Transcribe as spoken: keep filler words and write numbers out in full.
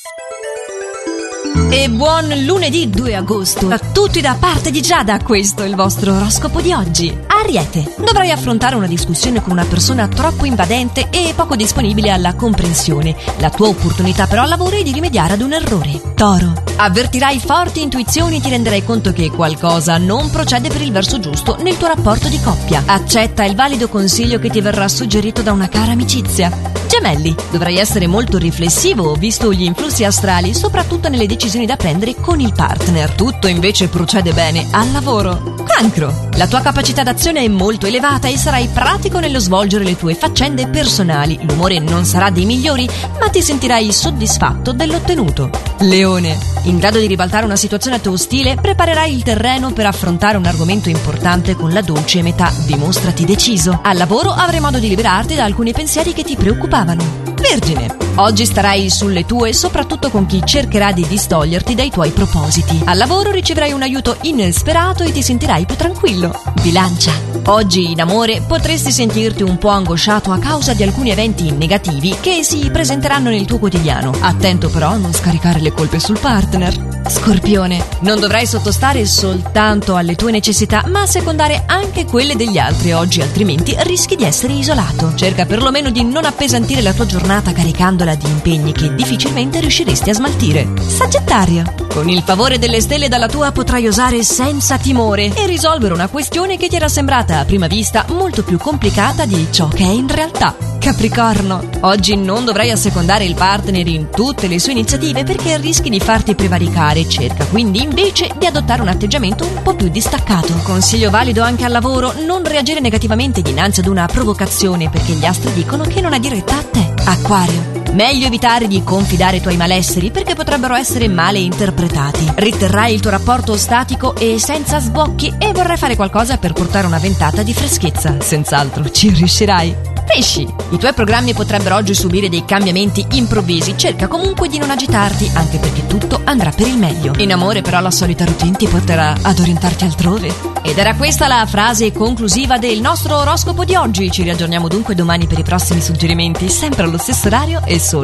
E buon lunedì due agosto a tutti da parte di Giada. Questo è il vostro oroscopo di oggi. Ariete, dovrai affrontare una discussione con una persona troppo invadente e poco disponibile alla comprensione. La tua opportunità però al lavoro è di rimediare ad un errore. Toro, avvertirai forti intuizioni e ti renderai conto che qualcosa non procede per il verso giusto nel tuo rapporto di coppia. Accetta il valido consiglio che ti verrà suggerito da una cara amicizia. Gemelli, dovrai essere molto riflessivo visto gli influssi astrali, soprattutto nelle decisioni da prendere con il partner. Tutto invece procede bene al lavoro. Cancro, la tua capacità d'azione è molto elevata e sarai pratico nello svolgere le tue faccende personali. L'umore non sarà dei migliori, ma ti sentirai soddisfatto dell'ottenuto. Leone, in grado di ribaltare una situazione a te ostile, preparerai il terreno per affrontare un argomento importante con la dolce metà. Dimostrati deciso. Al lavoro avrai modo di liberarti da alcuni pensieri che ti preoccupavano. Vergine, oggi starai sulle tue, soprattutto con chi cercherà di distoglierti dai tuoi propositi. Al lavoro riceverai un aiuto inesperato e ti sentirai più tranquillo. Bilancia, oggi in amore potresti sentirti un po' angosciato a causa di alcuni eventi negativi che si presenteranno nel tuo quotidiano. Attento però a non scaricare le colpe sul partner. Scorpione, non dovrai sottostare soltanto alle tue necessità, ma secondare anche quelle degli altri oggi, altrimenti rischi di essere isolato. Cerca perlomeno di non appesantire la tua giornata caricandola di impegni che difficilmente riusciresti a smaltire. Sagittario, con il favore delle stelle dalla tua potrai osare senza timore e risolvere una questione che ti era sembrata a prima vista molto più complicata di ciò che è in realtà. Capricorno, oggi non dovrai assecondare il partner in tutte le sue iniziative perché rischi di farti prevaricare. Cerca quindi invece di adottare un atteggiamento un po' più distaccato. Consiglio valido anche al lavoro: non reagire negativamente dinanzi ad una provocazione perché gli astri dicono che non è diretta a te. Acquario, meglio evitare di confidare i tuoi malesseri perché potrebbero essere male interpretati. Riterrai il tuo rapporto statico e senza sbocchi e vorrai fare qualcosa per portare una ventata di freschezza. Senz'altro ci riuscirai. Pesci, i tuoi programmi potrebbero oggi subire dei cambiamenti improvvisi. Cerca comunque di non agitarti, anche perché tutto andrà per il meglio. In amore però la solita routine ti porterà ad orientarti altrove. Ed era questa la frase conclusiva del nostro oroscopo di oggi. Ci riaggiorniamo dunque domani per i prossimi suggerimenti, sempre allo stesso orario e solo